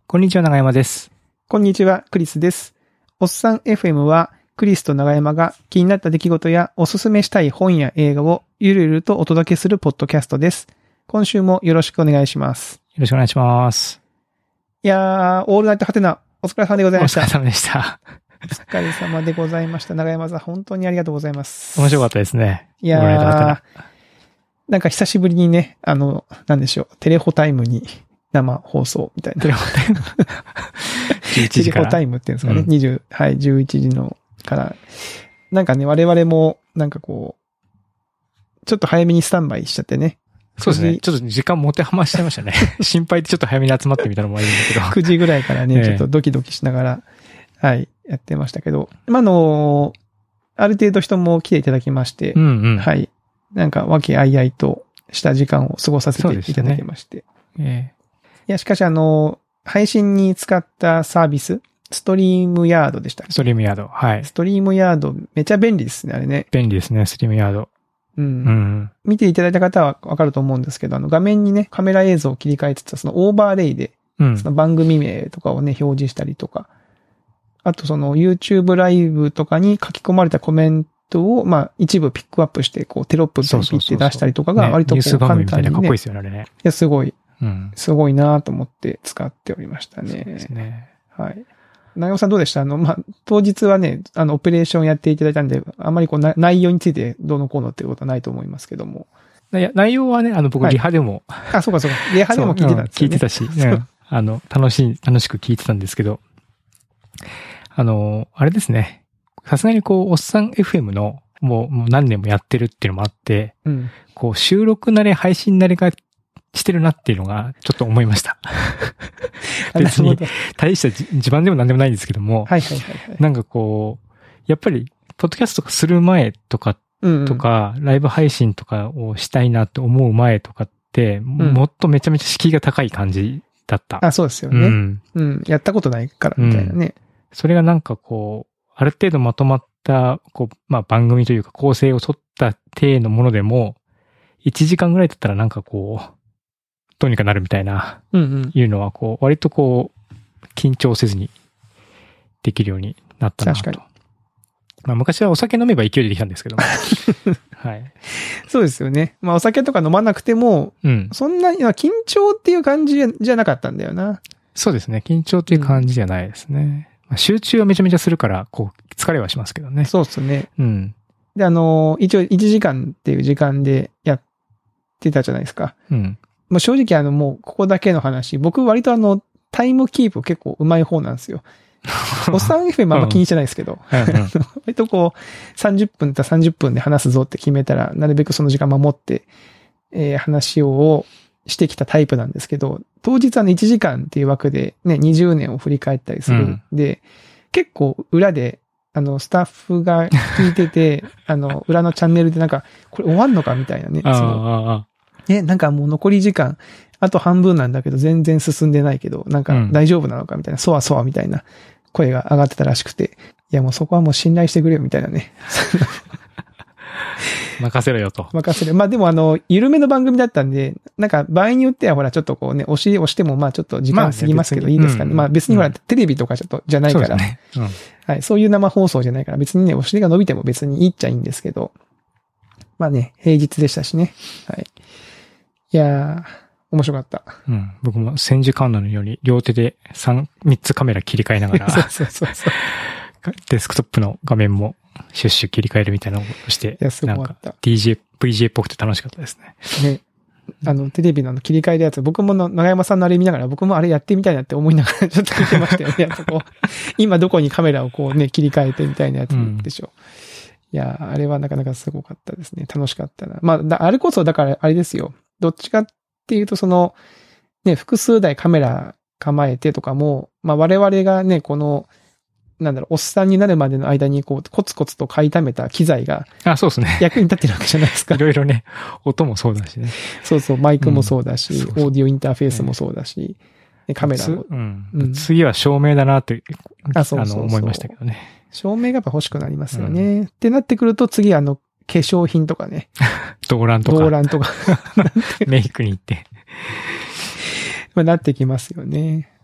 こんにちは、長山です。 こんにちは、クリスです。おっさん FM は、クリスと長山が気になった出来事やおすすめしたい本や映画をゆるゆるとお届けするポッドキャストです。今週もよろしくお願いします。 よろしくお願いします。 いやー、オールナイトハテナ、お疲れ様でございました。 お疲れ様でした。 お疲れ様でございました。長山さん、本当にありがとうございます。 面白かったですね。 いやー、なんか久しぶりにね、なんでしょう、テレホタイムに、生放送みたいな。 テレホタイム11時から。 テレホタイムっていうんですかね。はい、11時のから。なんかね、我々も、なんかこう、ちょっと早めにスタンバイしちゃってね。 そうですね。ちょっと時間持て余しちゃいましたね。心配でちょっと早めに集まってみたのもいいんだけど。 9時ぐらいからね、ちょっとドキドキしながら、はい、やってましたけど。ある程度人も来ていただきまして、はい。なんか、和気あいあいとした時間を過ごさせていただきまして。いや、しかし配信に使ったサービス、ストリームヤードでしたっけ？ ストリームヤード。はい。 ストリームヤード、めちゃ便利ですね、あれね。 便利ですね、ストリームヤード。 見ていただいた方はわかると思うんですけど、画面にね、カメラ映像を切り替えてた、そのオーバーレイで、その番組名とかをね、表示したりとか、あとその YouTube ライブとかに書き込まれたコメントを、一部ピックアップして、こう、テロップにピッて出したりとかが、割とこう、簡単にね。 かっこいいですよね、あれね。 いや、すごい。すごいなと思って使っておりましたね。そうですね。 はい。長尾さんどうでした？当日はね、オペレーションやっていただいたんで、あんまりこう、内容についてどうのこうのっていうことはないと思いますけども。 いや、内容はね、僕、リハでも。 あ、そうかそうか。リハでも聞いてたんですよね。 聞いてたし、楽しく聞いてたんですけど、あれですね。さすがにこう、おっさん FM の、もう何年もやってるっていうのもあって、こう、収録慣れ、配信慣れがしてるなっていうのがちょっと思いました。別に大した自慢でも何でもないんですけども、なんかこう、やっぱり、ポッドキャストとかする前とか、ライブ配信とかをしたいなって思う前とかって、もっとめちゃめちゃ敷居が高い感じだった。 あ、そうですよね。やったことないからみたいなね。 それがなんかこう、ある程度まとまった、こう、番組というか構成を取った体のものでも、1時間ぐらいだったらなんかこう、どうにかなるみたいな、いうのはこう、割とこう、緊張せずにできるようになったなと。確かに。昔はお酒飲めば勢いでできたんですけども。はい。 そうですよね。お酒とか飲まなくても、そんなに、緊張っていう感じじゃなかったんだよな。 そうですね。緊張っていう感じじゃないですね。集中はめちゃめちゃするから、こう、疲れはしますけどね。 そうですね。で、一応1時間っていう時間でやってたじゃないですか。もう正直もうここだけの話、僕割とタイムキープ結構上手い方なんですよ。おっさん FM あんま気にしてないですけど、割とこう30分だったら30分で話すぞって決めたら、なるべくその時間守って、話をしてきたタイプなんですけど、当日1時間っていう枠でね、20年を振り返ったりする。で、結構裏で、スタッフが聞いてて、裏のチャンネルでなんか、これ終わんのかみたいなね。なんかもう残り時間、あと半分なんだけど全然進んでないけど、なんか大丈夫なのかみたいな、そわそわみたいな声が上がってたらしくて、いやもうそこはもう信頼してくれよみたいなね。 任せろよと。 任せる。でも緩めの番組だったんで、なんか場合によってはほらちょっとこうね、押してもちょっと時間過ぎますけどいいですかね。別にほらテレビとかちょっとじゃないから。はい。そういう生放送じゃないから別にね、お尻が伸びても別にいいっちゃいいんですけど。平日でしたしね。はい。いやー、面白かった。 僕も戦時観音のように両手で3つカメラ切り替えながら、デスクトップの画面もシュッシュ切り替えるみたいなのをして、なんか VJ っぽくて楽しかったですね。 テレビの切り替えるやつ、僕も長山さんのあれ見ながら、僕もあれやってみたいなって思いながらちょっと見てましたよね。こう今どこにカメラをこうね、切り替えてみたいなやつでしょ。いやー、あれはなかなかすごかったですね。楽しかったな。あれこそだからあれですよ。どっちかっていうと複数台カメラ構えてとかも、我々がね、この、おっさんになるまでの間にこう、コツコツと買い溜めた機材が、 そうですね。 役に立ってるわけじゃないですか。 いろいろね、音もそうだしね。 そう、マイクもそうだし、オーディオインターフェースもそうだし、カメラも。 次は照明だなって、思いましたけどね。 照明がやっぱ欲しくなりますよね。ってなってくると次化粧品とかね。 動乱とか。メイクに行って。 なってきますよね。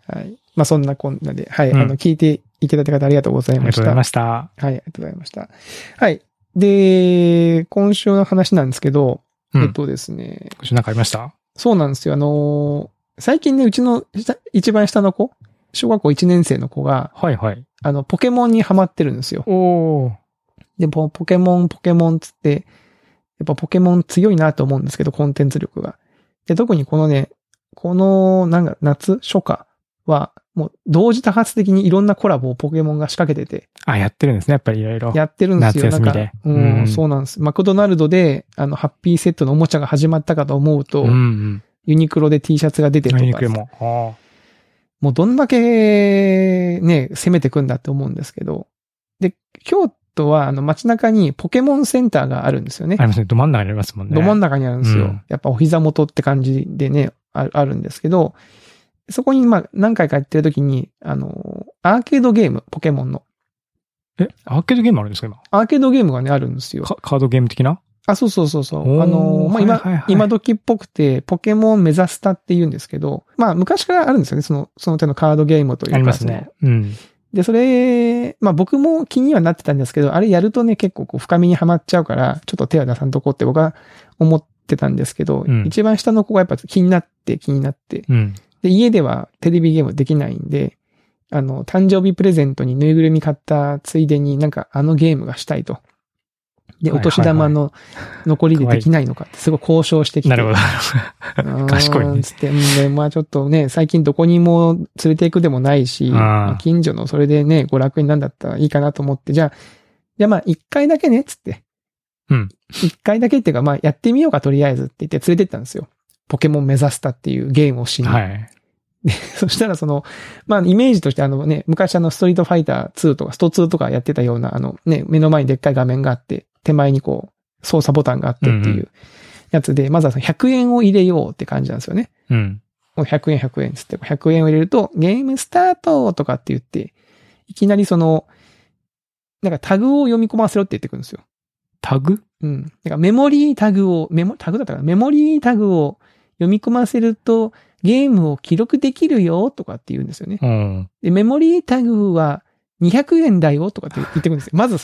はい。まあ、そんなこんなで、はい。聞いていただいた方ありがとうございました。 ありがとうございました。 はい、ありがとうございました。はい。で、今週の話なんですけど、ですね。 今週なんかありました？ そうなんですよ。最近ね、うちの一番下の子、小学校1年生の子が、 はいはい。 ポケモンにハマってるんですよ。 おー。 で、ポケモンつって、やっぱポケモン強いなと思うんですけど、コンテンツ力が。で、特にこのね、夏初夏は、もう同時多発的にいろんなコラボをポケモンが仕掛けてて。 あ、やってるんですね、やっぱりいろいろ。 やってるんですよ。 夏休みで。 そうなんです。マクドナルドで、ハッピーセットのおもちゃが始まったかと思うと、ユニクロで T シャツが出てとか。ユニクロも。もうどんだけね、攻めてくんだって思うんですけど。で、京都は街中にポケモンセンターがあるんですよね。 ありますね。ど真ん中にありますもんね。 ど真ん中にあるんですよ。やっぱお膝元って感じでね、あるんですけど、そこに何回か行ってる時に、アーケードゲーム、ポケモンの。 アーケードゲームあるんですか今？ アーケードゲームがね、あるんですよ。 カードゲーム的な？ あ、そう。今時っぽくて、ポケモンメザスタって言うんですけど、昔からあるんですよね、その手のカードゲームというか。 ありますね。 で、それ、僕も気にはなってたんですけど、あれやるとね、結構深みにはまっちゃうから、ちょっと手は出さんとこって僕は思ってたんですけど、一番下の子がやっぱ気になって、で、家ではテレビゲームできないんで、誕生日プレゼントにぬいぐるみ買ったついでにゲームがしたいと。で、お年玉の残りでできないのかってすごい交渉してきて。 なるほど。賢いね。 つって、ちょっとね、最近どこにも連れて行くでもないし、近所のそれでね、娯楽になんだったらいいかなと思って、じゃあ一回だけね、つって。一回だけっていうか、やってみようかとりあえずって言って連れてったんですよ。ポケモン目指したっていうゲームをしに。で、そしたらイメージとして昔ストリートファイター2とかスト2とかやってたような目の前にでっかい画面があって、手前に操作ボタンがあってっていうやつで、まずは100円を入れようって感じなんですよね。もう100円つって、100円を入れると、ゲームスタートとかって言って、いきなりタグを読み込ませろって言ってくるんですよ。 タグ？ メモリータグを読み込ませると、ゲームを記録できるよとかって言うんですよね。で、メモリータグは200円だよとかって言ってくるんですよ。まず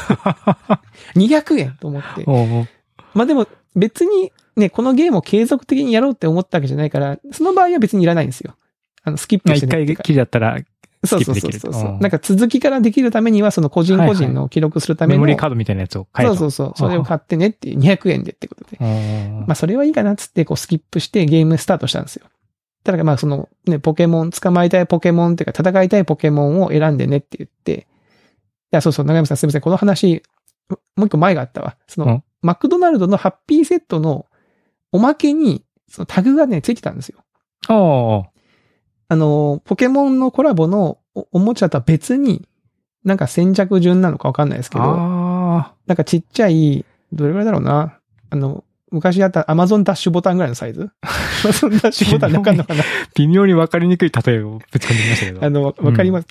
200円と思って。でも別にね、このゲームを継続的にやろうって思ったわけじゃないから、その場合は別にいらないんですよ。スキップしてね。 一回きりだったら、スキップできる。 そう。続きからできるためには、個人個人の記録するための。 メモリーカードみたいなやつを買えと。 そう。それを買ってねっていう200円でってことで。それはいいかなっつってスキップしてゲームスタートしたんですよ。ただポケモン、捕まえたいポケモンっていうか戦いたいポケモンを選んでねって言って、長山さんすみません、この話、もう一個前があったわ。マクドナルドのハッピーセットのおまけに、タグがね、ついてたんですよ。ポケモンのコラボのおもちゃとは別に、先着順なのかわかんないですけど、ちっちゃい、どれぐらいだろうな。昔あった Amazon ダッシュボタンぐらいのサイズAmazon ダッシュボタンわかんのかな微妙にわかりにくい例えをぶつ込んでみましたけど。 わかります。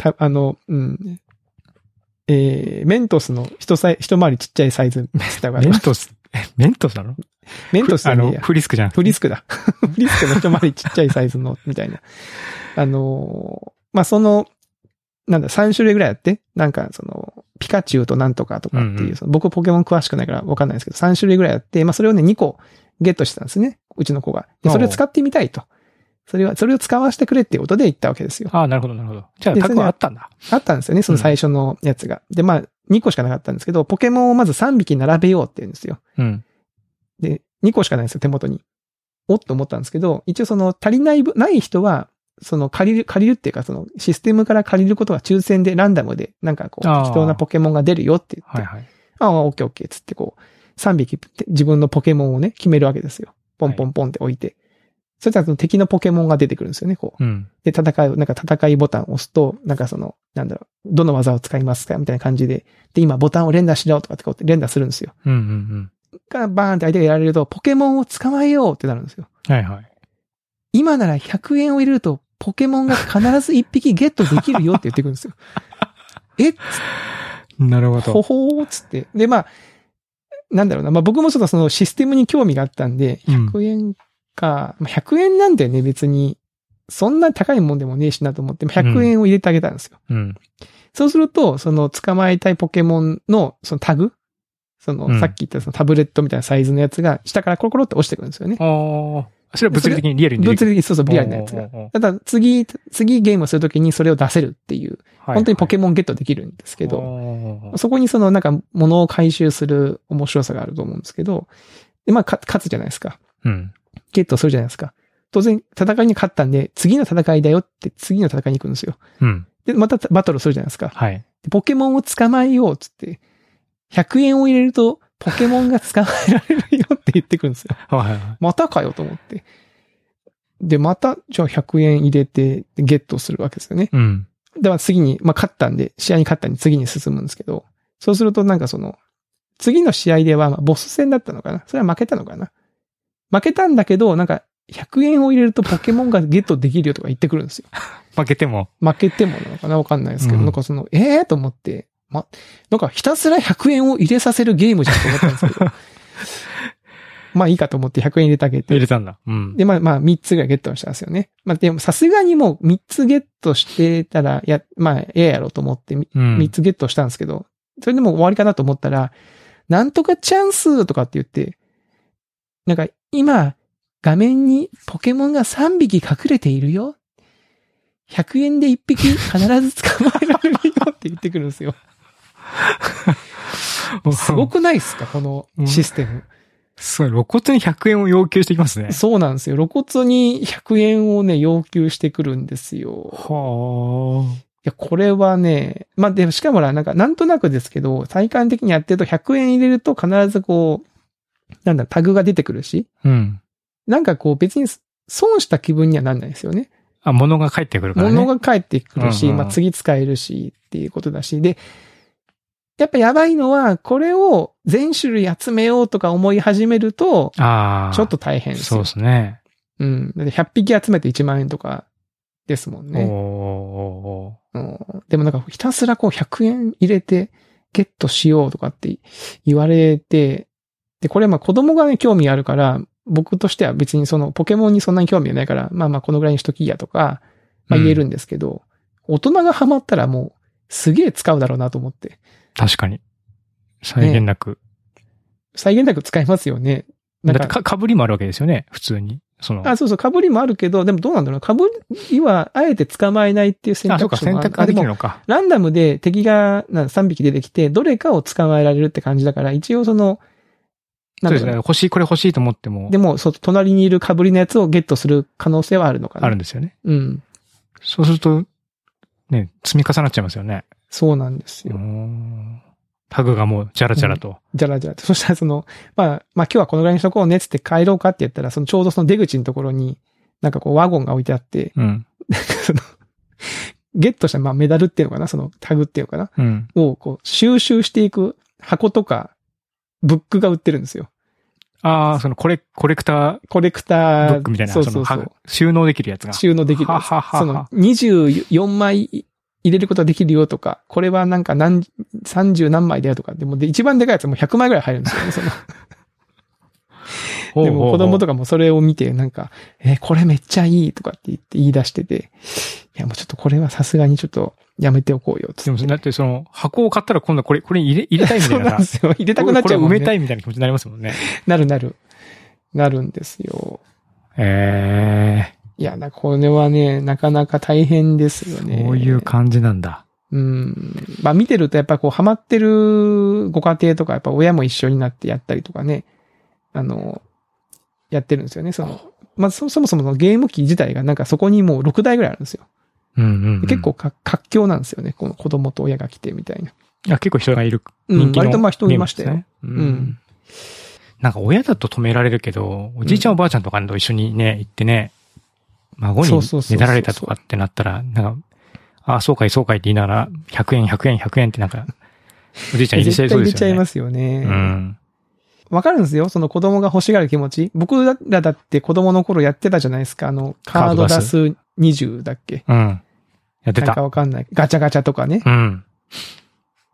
メントスの一回りちっちゃいサイズ。 メントスなの？ メントスフリスクじゃん。 フリスクだ。フリスクの一回りちっちゃいサイズの、みたいな。3種類ぐらいあって、ピカチュウとなんとかとかっていう、僕ポケモン詳しくないからわかんないですけど、3種類ぐらいあって、それをね、2個ゲットしてたんですね。うちの子が。で、それを使ってみたいと。それを使わせてくれっていうことで言ったわけですよ。 なるほど。じゃあ、タグはあったんだ。 あったんですよね、その最初のやつが。で、2個しかなかったんですけど、ポケモンをまず3匹並べようって言うんですよ。で、2個しかないんですよ、手元に。おっと思ったんですけど、一応足りない人は、借りるっていうか、システムから借りることが抽選でランダムで、適当なポケモンが出るよって言って、オッケーつって3匹自分のポケモンをね、決めるわけですよ。ポンポンポンって置いて。そしたら敵のポケモンが出てくるんですよね、で、戦いボタンを押すと、どの技を使いますかみたいな感じで、で、今ボタンを連打しろとかって連打するんですよ。からバーンって相手がやられると、ポケモンを捕まえようってなるんですよ。今なら100円を入れると、ポケモンが必ず1匹ゲットできるよって言ってくるんですよ。 なるほど。 ほほーつって。で、僕もちょっとシステムに興味があったんで、100円か。100円なんだよね、別に。 そんな高いもんでもねえしなと思って、100円を入れてあげたんですよ。 うん。 そうすると、その捕まえたいポケモンのそのタグ、さっき言ったそのタブレットみたいなサイズのやつが下からコロコロって落ちてくるんですよね。 それは物理的にリアルに出てくる。 物理的に、そう、リアルなやつが。ただ次ゲームをするときにそれを出せるっていう、本当にポケモンゲットできるんですけど、そこにそのなんか物を回収する面白さがあると思うんですけど、で、まあ、勝つじゃないですか。 うん。 ゲットするじゃないですか。当然、戦いに勝ったんで、次の戦いだよって次の戦いに行くんですよ。 うん。 で、またバトルするじゃないですか。 はい。 ポケモンを捕まえようっつって、100円を入れると、ポケモンが捕まえられるよって言ってくるんですよ。 はいはい。 またかよと思って。で、また、じゃあ100円入れてゲットするわけですよね。 うん。 では次に、まあ勝ったんで、試合に勝ったんで次に進むんですけど、そうするとなんかその、次の試合では、まあ、ボス戦だったのかな？それは負けたのかな？負けたんだけど、なんか、100円を入れるとポケモンがゲットできるよとか言ってくるんですよ。 負けてもなのかなわかんないですけど、なんかその、と思って、なんかひたすら100円を入れさせるゲームじゃんと思ったんですけど、まあいいかと思って100円入れてあげて。 入れたんだ。うん。 で、まあ3つぐらいゲットしたんですよね。まあでもさすがにもう3つゲットしてたら、まあやろうと思って3つゲットしたんですけど、それでも終わりかなと思ったら、なんとかチャンスとかって言って、なんか今、画面にポケモンが3匹隠れているよ。100円で1匹必ず捕まえられるよって言ってくるんですよ。すごくないですかこのシステム。 すごい、露骨に100円を要求してきますね。 そうなんですよ。露骨に100円をね、要求してくるんですよ。 はあ。 いや、これはね、まあ、でもしかもなんとなくですけど、体感的にやってると100円入れると必ずこう、タグが出てくるし。 うん。 なんかこう別に損した気分にはなんないですよね。 物が返ってくるからね。 物が返ってくるし、まあ次使えるしっていうことだし。で、やっぱやばいのは、これを全種類集めようとか思い始めると、ちょっと大変ですよ。 そうですね。 うん。だって100匹集めて1万円とかですもんね。でもなんかひたすらこう100円入れてゲットしようとかって言われて、で、これまあ子供がね、興味あるから、僕としては別にそのポケモンにそんなに興味がないから、まあこのぐらいにしときやとか、まあ言えるんですけど、大人がハマったらもうすげえ使うだろうなと思って。 確かに。際限なく。 ね、際限なく使えますよね。 だって被りもあるわけですよね、普通に。そうそう、被りもあるけど、でもどうなんだろう。被りはあえて捕まえないっていう選択肢もある。 選択ができるのか。 ランダムで敵が3匹出てきて、どれかを捕まえられるって感じだから、一応その、 そうですね。これ欲しいと思っても。 でも、隣にいる被りのやつをゲットする可能性はあるのかな。 あるんですよね。 うん。 そうすると、ね、積み重なっちゃいますよね。 そうなんですよ。 タグがもう、じゃらじゃらと。 じゃらじゃらと。そしたらまあ今日はこのぐらいにしとこうねっつって帰ろうかって言ったら、ちょうどその出口のところに、なんかこうワゴンが置いてあって、 うん。 ゲットしたメダルっていうのかな、そのタグっていうのかな、 うん。 をこう収集していく箱とか、ブックが売ってるんですよ。 そのコレクター。 ブックみたいな。 そう。 収納できるやつが。 収納できるやつ。その24枚入れることができるよとか、これはなんか30何枚だよとか、でも一番でかいやつはもう100枚ぐらい入るんですよね、でも子供とかもそれを見てなんか、これめっちゃいいとかって言い出してて、いやもうちょっとこれはさすがにちょっとやめておこうよでもだってその箱を買ったら今度これ入れたいみたいな。 そうなんですよ。入れたくなっちゃうもんね。 これ埋めたいみたいな気持ちになりますもんね。 なるんですよ。いや、これはね、なかなか大変ですよね。 そういう感じなんだ。 まあ見てるとやっぱこうハマってるご家庭とかやっぱ親も一緒になってやったりとかね、やってるんですよね。まあそもそものゲーム機自体がなんかそこにもう6台ぐらいあるんですよ。結構活況なんですよね。この子供と親が来てみたいな。いや、結構人がいる。人気の割とまあ人いましたよ。 なんか親だと止められるけど、おじいちゃんおばあちゃんとかと一緒にね、行ってね、孫にねだられたとかってなったら、なんか、そうかいって言いながら、100円ってなんか、おじいちゃん入れちゃいそうですよね。 入れちゃいますよね。わかるんですよ。その子供が欲しがる気持ち。僕らだって子供の頃やってたじゃないですか。カード出す20だっけ。 やってた。 なんかわかんない。ガチャガチャとかね。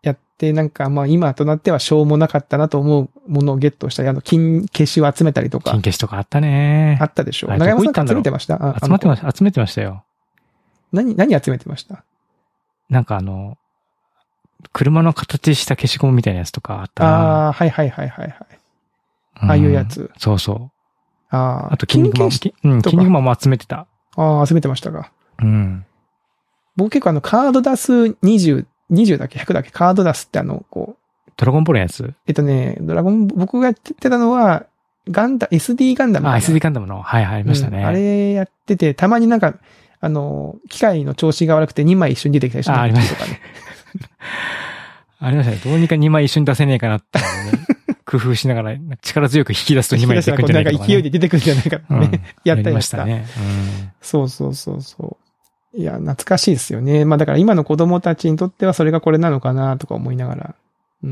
やって、なんかまあ今となってはしょうもなかったなと思うものをゲットしたり、金消しを集めたりとか。 金消しとかあったね。 あったでしょ。長山さん集めてました？ 集めてましたよ。 何集めてました？ なんか車の形した消しゴムみたいなやつとかあったな。 ああ、はいはいはいはいはい。ああいうやつ。 そうそう。 あと筋肉マン。筋肉マンも集めてた。 ああ、集めてましたか。 うん。 僕結構カードダス20だっけ ?100 だっけカードダスってこう。 ドラゴンボールのやつ？ 僕がやってたのは、SD ガンダム。 SD ガンダムの。はいはい、ありましたね。 あれやってて、たまになんか、機械の調子が悪くて2枚一緒に出てきたりしてたりとかね。 ありましたね。どうにか2枚一緒に出せねえかなってね。工夫しながら、力強く引き出すと2枚出てくるんじゃないかとか、ね。 なんか勢いで出てくるんじゃないかってね。やったりましたね。 そう。いや、懐かしいですよね。まあだから今の子供たちにとってはそれがこれなのかなとか思いながら。うん。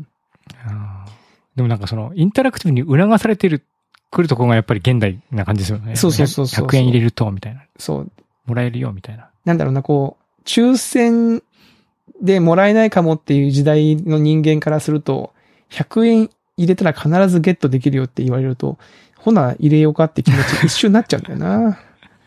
でもなんかインタラクティブに促されてくるところがやっぱり現代な感じですよね。 そう。 100円入れると、みたいな。 そう。 もらえるよ、みたいな。 なんだろうな、抽選でもらえないかもっていう時代の人間からすると、100円入れたら必ずゲットできるよって言われると、ほな入れようかって気持ち一瞬になっちゃうんだよな。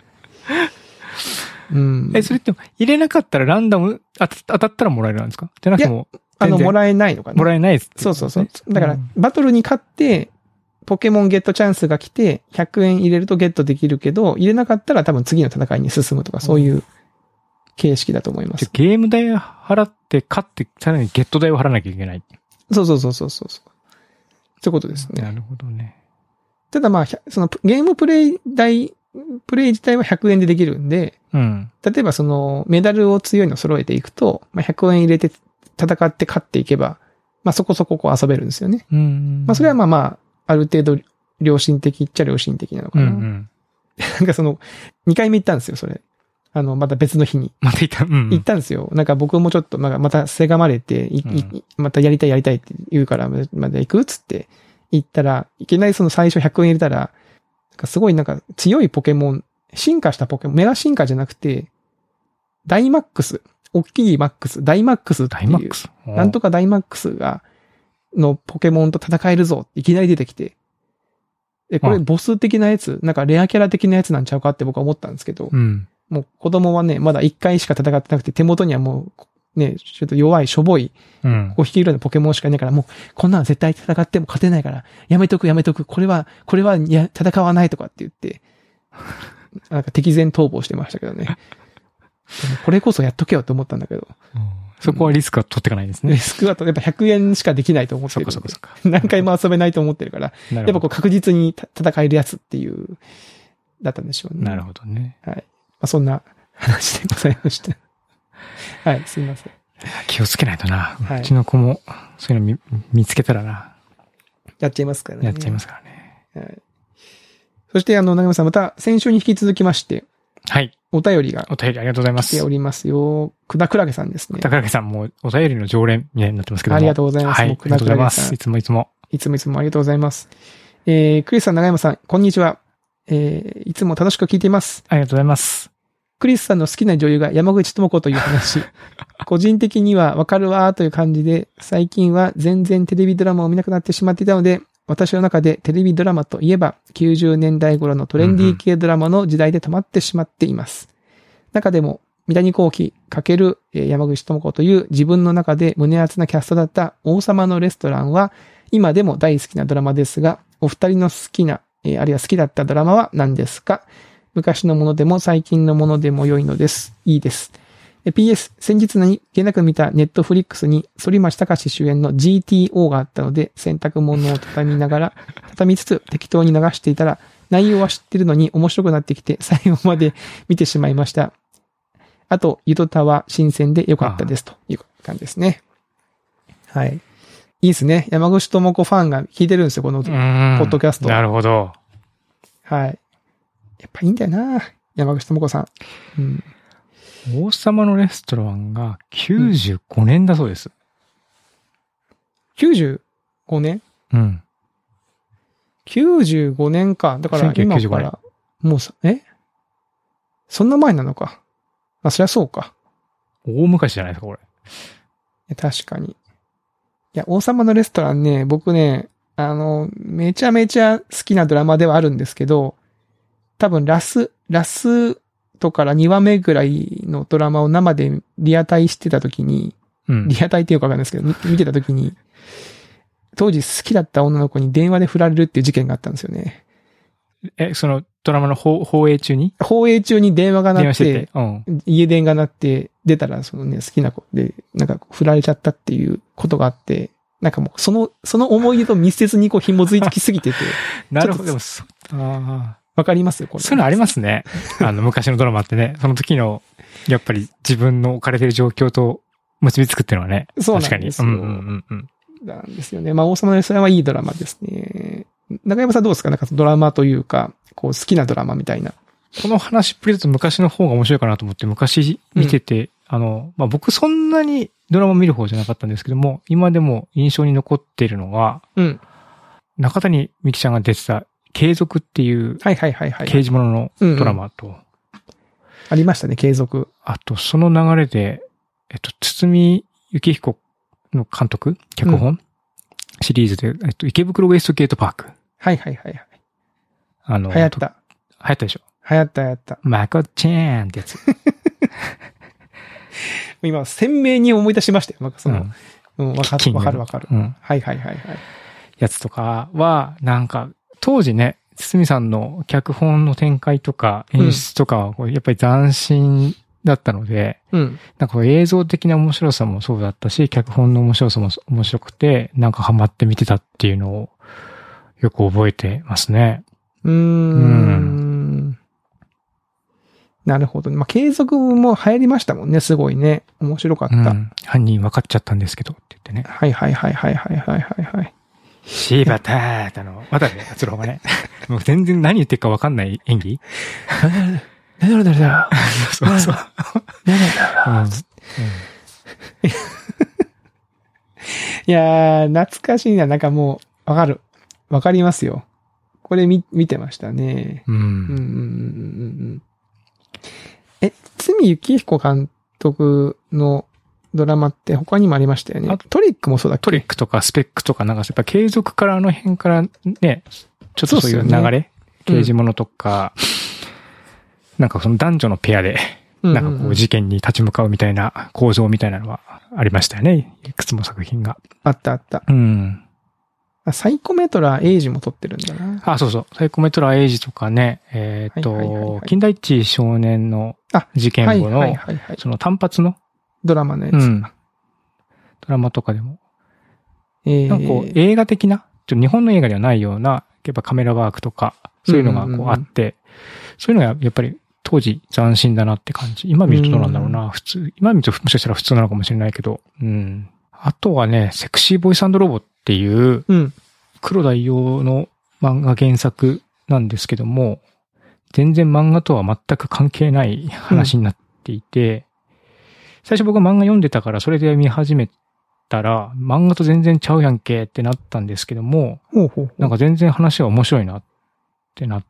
うん。 それって入れなかったらランダム当たったらもらえるんですか？じゃなくても。 もらえないのかな。 もらえないです、 ね。そう。だから、バトルに勝って、ポケモンゲットチャンスが来て、100円入れるとゲットできるけど、入れなかったら多分次の戦いに進むとか、そういう形式だと思います。 ゲーム代払って勝って、さらにゲット代を払わなきゃいけない。 そう。そういうことですね。 なるほどね。 ただまあ、ゲームプレイ自体は100円でできるんで、例えばメダルを強いの揃えていくと、まあ、100円入れて戦って勝っていけば、まあそこそこ遊べるんですよね。まあそれはまあ、ある程度良心的っちゃ良心的なのかな。なんか2回目行ったんですよ、それ。また別の日に。 また行った行ったんですよ。なんか僕もちょっと、またせがまれて、またやりたいって言うから、まだ行くっつって行ったら、いきなり最初100円入れたら、なんかすごいなんか強いポケモン、進化したポケモン、メガ進化じゃなくて、ダイマックス、大きいマックス、ダイマックスっていう、なんとかダイマックスのポケモンと戦えるぞっていきなり出てきて、これボス的なやつ、なんかレアキャラ的なやつなんちゃうかって僕は思ったんですけど、もう子供はね、まだ1回しか戦ってなくて、手元にはもう、ね、ちょっと弱い、しょぼい、5匹ぐらいのポケモンしかいないから、もう、こんなの絶対戦っても勝てないから、やめとく、これは、戦わないとかって言って、なんか敵前逃亡してましたけどね。これこそやっとけよって思ったんだけど。 そこはリスクは取っていかないんですね。 リスクはやっぱ100円しかできないと思ってる。 そうか。 何回も遊べないと思ってるから、やっぱ確実に戦えるやつっていう、だったんでしょうね。 なるほどね。 はい。まあ、そんな話でございました。はい、すいません。 気をつけないとな。うちの子も、そういうの見つけたらな。 やっちゃいますからね。 やっちゃいますからね。 はい。そして、長山さん、また先週に引き続きまして、 はい。 お便りありがとうございます。 来ておりますよ。くだくらげさんですね。 くだくらげさんもお便りの常連みたいになってますけども。 ありがとうございます。 はい。ありがとうございます。いつも。 いつもありがとうございます。クリスさん、長山さん、こんにちは。いつも楽しく聞いています。 ありがとうございます。 クリスさんの好きな女優が山口智子という話。個人的にはわかるわーという感じで、最近は全然テレビドラマを見なくなってしまっていたので、私の中でテレビドラマといえば、90年代頃のトレンディー系ドラマの時代で止まってしまっています。中でも、三谷幸喜×山口智子という自分の中で胸熱なキャストだった王様のレストランは、今でも大好きなドラマですが、お二人の好きな、あるいは好きだったドラマは何ですか？昔のものでも最近のものでも良いのです。いいです。PS、先日何気なく見たネットフリックスに反町隆史主演の GTO があったので、洗濯物を畳みつつ適当に流していたら、内容は知ってるのに面白くなってきて、最後まで見てしまいました。あと、ゆとたわ新鮮で良かったですという感じですね。はい。いいですね。山口智子ファンが聞いてるんですよ、このポッドキャスト。 なるほど。 はい。やっぱいいんだよな、山口智子さん。 王様のレストランが95年だそうです。 95年？うん。95年か。だから今から、もうそんな前なのか。そりゃそうか。 大昔じゃないですか、これ。 確かに。 や、王様のレストランね、僕ね、めちゃめちゃ好きなドラマではあるんですけど、多分ラストから2話目ぐらいのドラマを生でリアタイしてた時に、リアタイっていうかわかんないですけど、見てた時に、当時好きだった女の子に電話で振られるっていう事件があったんですよね。 そのドラマの放映中に電話が鳴って、家電が鳴って、出たらそのね、好きな子で、なんか振られちゃったっていうことがあって、なんかもうその思い出と密接にこう紐づいてきすぎてて。 なるほど。 わかりますこれ。 そういうのありますね。昔のドラマってね、その時の、やっぱり自分の置かれてる状況と結びつくっていうのはね。 そうなんですよ。確かに。なんですよね。まあ、王様のレストランはいいドラマですね。中山さんどうですか？なんかドラマというか、こう好きなドラマみたいな。 この話っぷりだと昔の方が面白いかなと思って、昔見てて、まあ、僕そんなにドラマ見る方じゃなかったんですけども、今でも印象に残っているのが、中谷美紀ちゃんが出てた継続っていう、刑事物のドラマと、 ありましたね、継続。 あと、その流れで、堤幸彦の監督、脚本、シリーズで、池袋ウエストゲートパーク。 流行った。 流行ったでしょ？ 流行った。 マコちゃんってやつ。 今、鮮明に思い出しましたよ。なんかその、わかる。 やつとかは、なんか、当時ね、堤さんの脚本の展開とか演出とかは、やっぱり斬新だったので、なんか映像的な面白さもそうだったし、脚本の面白さも面白くて、なんかハマって見てたっていうのをよく覚えてますね。 なるほど。まあ、継続も流行りましたもんね、すごいね。面白かった。 犯人分かっちゃったんですけど、って言ってね。柴田渡部篤郎がね、もう全然何言ってるか分かんない演技。 誰だそう。 いやー、懐かしいな。なんかもう、わかりますよ。これ見てましたね。堤幸彦監督のドラマって他にもありましたよね。トリックもそうだっけ？ トリックとかスペックとかなんかやっぱ継続から辺からね、ちょっとそういう流れ、刑事物とか、なんかその男女のペアで、なんかこう事件に立ち向かうみたいな構造みたいなのはありましたよね。いくつも作品が。 あった。サイコメトラーエイジも撮ってるんだな。 そう。サイコメトラーエイジとかね、金田一少年の事件後の、その単発のドラマのやつ。 ドラマとかでも。なんかこう映画的な、日本の映画ではないような、やっぱカメラワークとか、そういうのがこうあって、そういうのがやっぱり当時斬新だなって感じ。今見るとどうなんだろうな、今見るともしかしたら普通なのかもしれないけど、あとはね、セクシーボイス&ロボっていう、黒田伊代の漫画原作なんですけども、全然漫画とは全く関係ない話になっていて、最初僕は漫画読んでたからそれで見始めたら、漫画と全然ちゃうやんけってなったんですけども、なんか全然話が面白いなってなって。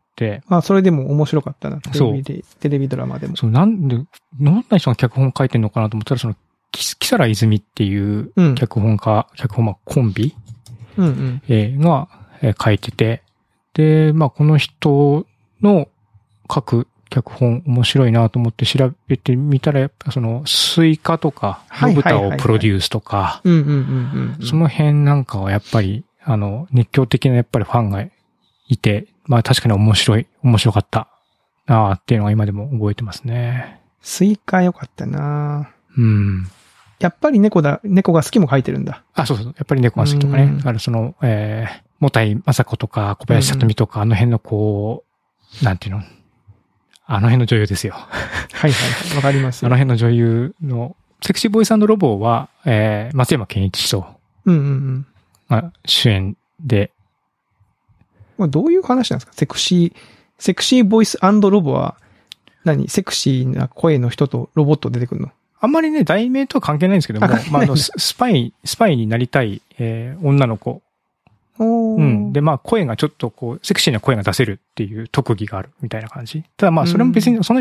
それでも面白かったな。テレビドラマでも。 そう、どんな人が脚本書いてんのかなと思ったら、その、木更泉っていう脚本コンビが書いてて、で、まあこの人の書く脚本面白いなと思って調べてみたら、やっぱそのスイカとか、のぶたをプロデュースとか、その辺なんかはやっぱり、熱狂的なやっぱりファンがいて、まあ確かに面白かったなっていうのが今でも覚えてますね。 スイカ良かったなやっぱり猫が好きも書いてるんだ。 そう。やっぱり猫が好きとかね。もたいまさことか、小林聡美とか、あの辺のこう、なんていうの？あの辺の女優ですよ。 わかります。 あの辺の女優の、セクシーボーイズ&ロボは、松山健一と、主演で。 どういう話なんですか？セクシーボイス&ロボは、セクシーな声の人とロボット出てくるの？ あんまりね、題名とは関係ないんですけども、スパイになりたい、女の子。で、まあ、声がちょっとこう、セクシーな声が出せるっていう特技があるみたいな感じ。ただまあ、それも別にそんなに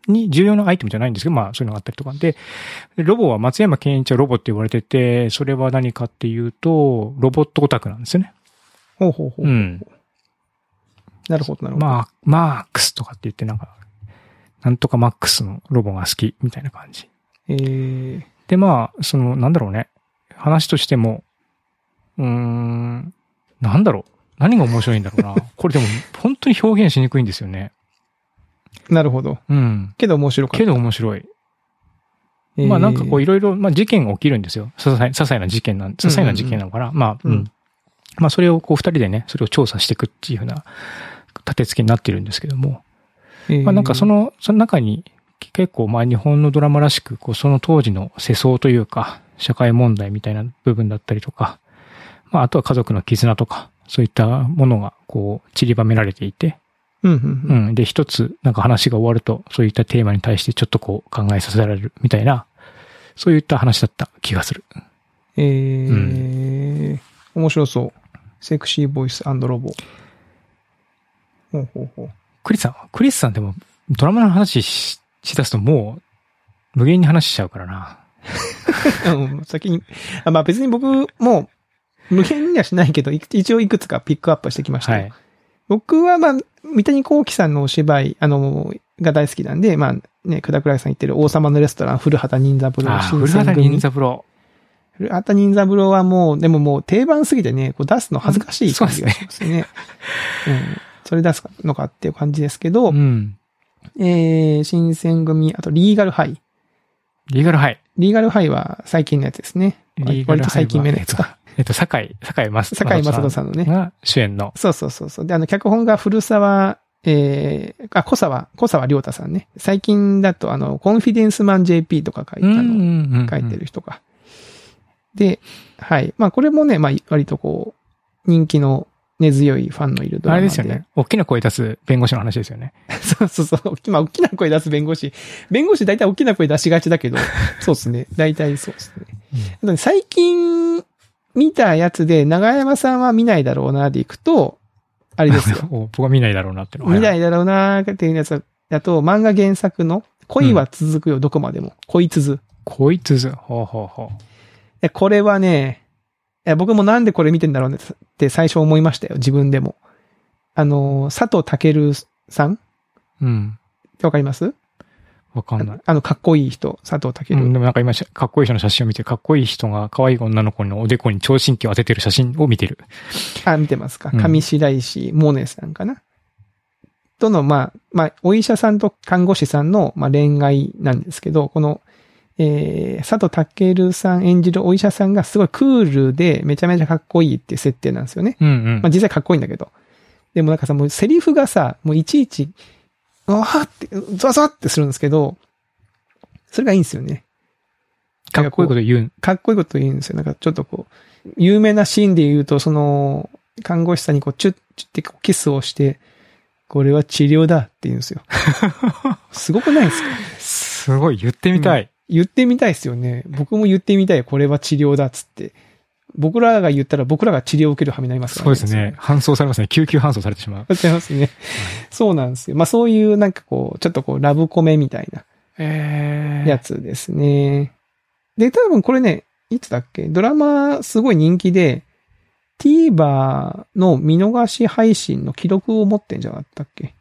に重要なアイテムじゃないんですけど、まあそういうのがあったりとかで、ロボは松山健一はロボって言われてて、それは何かっていうと、ロボットオタクなんですよね。 ほうほうほう。うん。なるほどなるほど。 まあ、マークスとかって言ってなんとかマックスのロボが好きみたいな感じ。で、まあ、なんだろうね。話としても、なんだろう。何が面白いんだろうな。これでも本当に表現しにくいんですよね。 なるほど。 うん。 けど面白かった。 けど面白い。まあなんかこういろいろ、まあ事件が起きるんですよ。些細な事件なのかな。まあ、うん。まあそれをこう二人でね、それを調査していくっていうふうな立て付けになってるんですけども。まあなんかその中に結構まあ日本のドラマらしく、こうその当時の世相というか、社会問題みたいな部分だったりとか、まああとは家族の絆とか、そういったものがこう散りばめられていて、で、一つなんか話が終わると、そういったテーマに対してちょっとこう考えさせられるみたいな、そういった話だった気がする。 面白そう。セクシーボイス&ロボ。ほうほうほう。 クリスさんでもドラマの話しだすともう無限に話しちゃうからな。 先に、まあ別に僕も無限にはしないけど、一応いくつかピックアップしてきました。はい、僕はまあ、三谷幸喜さんのお芝居、が大好きなんで、まあね、久田倉さん言ってる王様のレストラン、古畑任三郎、 古畑任三郎。 古畑任三郎はもう、でももう定番すぎてね、こう出すの恥ずかしい感じがしますね。それ出すのかっていう感じですけど、新選組、あとリーガルハイ。 リーガルハイは最近のやつですね。割と最近目のやつか。 坂井正人さんのね。 が主演の。 そう。で、脚本が古沢、小沢亮太さんね。最近だと、コンフィデンスマン JP とか書いてる人か。で、はい。まあ、これもね、まあ、割とこう、人気の根強いファンのいるドラマで。 あれですよね。大きな声出す弁護士の話ですよね。 そう。まあ、大きな声出す弁護士。弁護士大体大きな声出しがちだけど、そうですね。大体そうですね。最近見たやつで、長山さんは見ないだろうなでいくと、あれですよ。 僕は見ないだろうなっての見ないだろうなっていうやつだと、漫画原作の恋は続くよ、どこまでも。恋続。 ほう。 これはね、僕もなんでこれ見てんだろうねって最初思いましたよ、自分でも。佐藤健さんわかります？ わかんない。 かっこいい人、佐藤健。 でもなんか今、かっこいい人の写真を見て、かっこいい人が可愛い女の子のおでこに聴診器を当ててる写真を見てる。 見てますか。上白石萌音さんかな。との、まあ、お医者さんと看護師さんの、まあ、恋愛なんですけど、この、佐藤健さん演じるお医者さんがすごいクールでめちゃめちゃかっこいいっていう設定なんですよね。まあ実際かっこいいんだけど。でもなんかさ、もうセリフがさ、もういちいち、わーって、ゾワゾワってするんですけど、それがいいんですよね。 かっこいいこと言う。 かっこいいこと言うんですよ。なんかちょっとこう、有名なシーンで言うと、看護師さんにこう、チュッってキスをして、これは治療だって言うんですよ。すごくないですか？ すごい、言ってみたい。 言ってみたいですよね。僕も言ってみたい。これは治療だっつって。僕らが言ったら僕らが治療を受ける羽目になりますからね。そうですね。搬送されますね。救急搬送されてしまう。 されますね。そうなんですよ。まあそういうなんかこう、ちょっとこうラブコメみたいなやつですね。で、多分これね、いつだっけ？ドラマすごい人気で、TVer の見逃し配信の記録を持ってんじゃなかったっけ？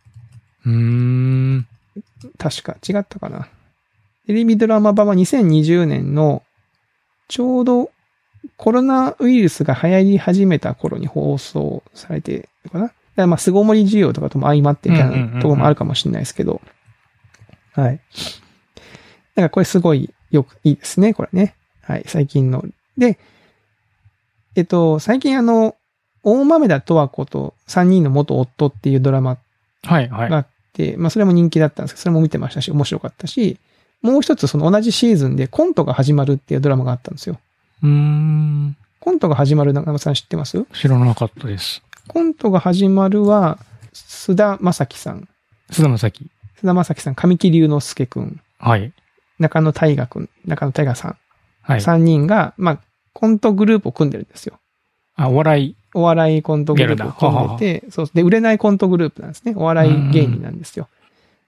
確か違ったかな。テレビドラマ版は2020年のちょうどコロナウイルスが流行り始めた頃に放送されてるかな。だからまあ、巣ごもり需要とかとも相まってみたいなところもあるかもしれないですけど。はい。だからこれすごいいいですね、これね。はい、最近の。で、最近大豆田十和子と3人の元夫っていうドラマがあって、まあそれも人気だったんですけど、それも見てましたし、面白かったし、もう一つ同じシーズンでコントが始まるっていうドラマがあったんですよ。コントが始まる、長山さん知ってます？ 知らなかったです。 コントが始まるは、菅田将暉さん。 菅田将暉さん、神木隆之介くん。 はい。 中野大河さん。 はい。 3人が、まあ、コントグループを組んでるんですよ。 お笑いコントグループを組んでて、そうで、売れないコントグループなんですね。お笑い芸人なんですよ。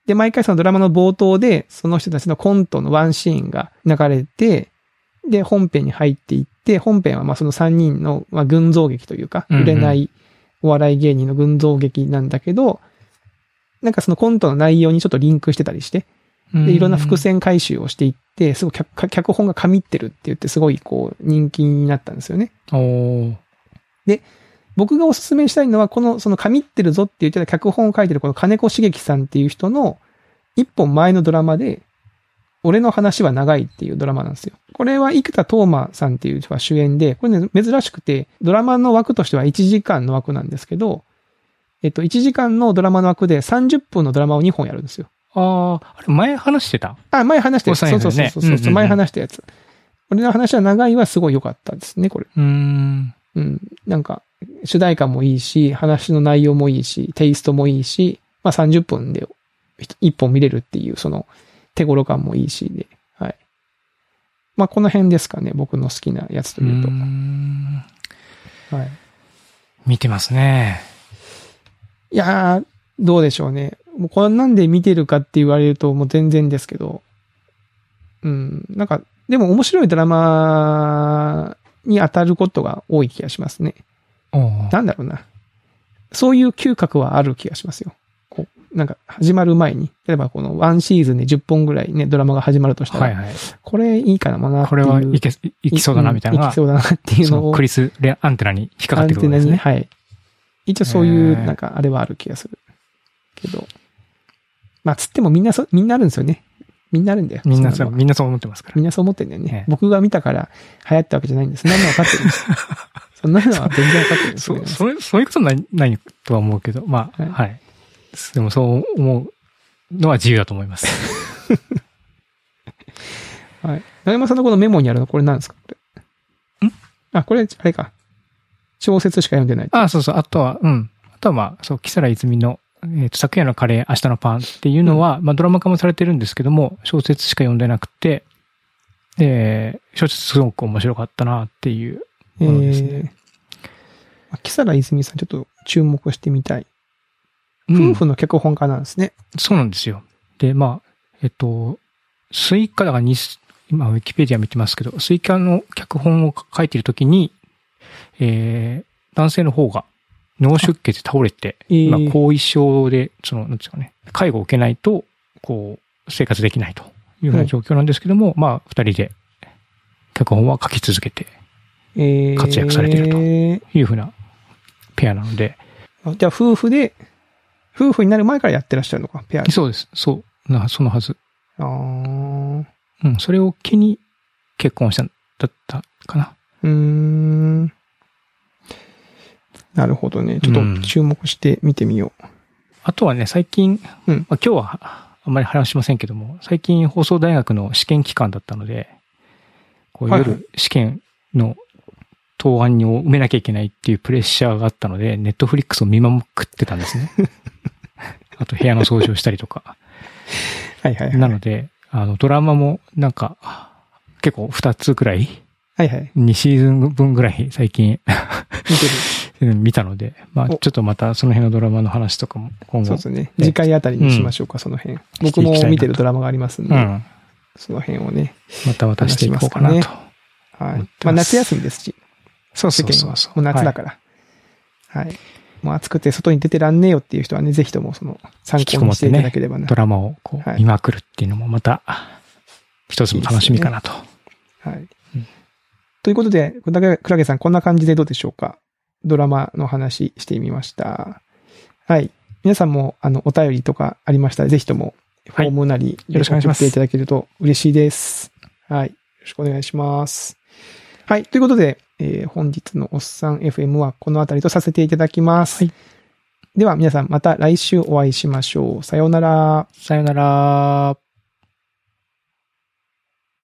で、毎回そのドラマの冒頭で、その人たちのコントのワンシーンが流れて、で、本編に入っていって、本編はまあその3人のまあ群像劇というか、売れないお笑い芸人の群像劇なんだけど、なんかそのコントの内容にちょっとリンクしてたりして、で、いろんな伏線回収をしていって、すごい脚本が神ってるって言って、すごいこう人気になったんですよね。で、僕がおすすめしたいのは、その神ってるぞって言ってた脚本を書いてるこの金子茂樹さんっていう人の一本前のドラマで、俺の話は長いっていうドラマなんですよ。これは生田斗真さんっていう人が主演で、これね、珍しくて、ドラマの枠としては1時間の枠なんですけど、1時間のドラマの枠で30分のドラマを2本やるんですよ。 あれ前話してた？ 前話してた。そう、前話したやつ。俺の話は長いはすごい良かったですね、これ。なんか、主題歌もいいし、話の内容もいいし、テイストもいいし、まあ30分で一本見れるっていう、その手頃感もいいしで、はい。まあこの辺ですかね、僕の好きなやつというと。はい。 見てますね。 いやー、どうでしょうね。もうこんなんで見てるかって言われるともう全然ですけど、なんか、でも面白いドラマに当たることが多い気がしますね。なんだろうな。そういう嗅覚はある気がしますよ。こう、なんか始まる前に、例えばこのワンシーズンで10本ぐらいね、ドラマが始まるとしたら、これいいかなもなっていう。 これはいきそうだなみたいなのが。 いきそうだなっていうのを。 クリスアンテナに引っかかってくるんですね。アンテナに、 はい。一応そういう、なんかあれはある気がする。けど。まあ、つってもみんなあるんですよね。みんなあるんだよ。 みんなそう思ってますから。 みんなそう思ってんだよね。僕が見たから流行ったわけじゃないんです。そんなの分かってるんです。そんなのは全然分かってるんです。 そういうことないとは思うけど、まあ、はい。でもそう思うのは自由だと思います。 はい。長山さんのこのメモにあるのこれ何ですか？これ、あれか。小説しか読んでない。 そう。あとはまあ、そう、木更泉の昨夜のカレー、明日のパンっていうのは、まあドラマ化もされてるんですけども、小説しか読んでなくて、小説すごく面白かったなっていうものですね。 木更泉さんちょっと注目してみたい。夫婦の脚本家なんですね。 そうなんですよ。で、まあ、スイカだから今ウィキペディア見てますけど、スイカの脚本を書いているときに、男性の方が脳出血で倒れて、後遺症で、なんですかね、介護を受けないと、こう、生活できないというような状況なんですけども、まあ、二人で、脚本は書き続けて、活躍されているというふうなペアなので。 じゃあ、夫婦になる前からやってらっしゃるのか、ペアで。 そうです。そのはず。それを機に結婚だったかな。 なるほどね。ちょっと注目して見てみよう。 あとはね、最近、今日はあんまり話しませんけども、最近放送大学の試験期間だったので、こう夜試験の答案を埋めなきゃいけないっていうプレッシャーがあったので、ネットフリックスを見守ってたんですね。あと部屋の掃除をしたりとか。なので、ドラマもなんか、結構2つくらい、2シーズン分ぐらい最近見たので、まあちょっとまたその辺のドラマの話とかも今後。 そうですね。次回あたりにしましょうか、その辺。僕も見てるドラマがありますんで、その辺をね。 また渡していこうかなと。 はい。まあ夏休みですし。 そう。 もう夏だから。はい。もう暑くて外に出てらんねえよっていう人はね、ぜひとも参考にしていただければな。 ドラマをこう見まくるっていうのもまた一つの楽しみかなと。 はい。ということで、クラゲさんこんな感じでどうでしょうか。ドラマの話してみました。はい。皆さんもお便りとかありましたら、ぜひともフォームなりよろしくお願いします。送っていただけると嬉しいです。はい。よろしくお願いします。はい。ということで、本日のおっさん FM はこのあたりとさせていただきます。はい。では皆さんまた来週お会いしましょう。さようなら。 さようなら。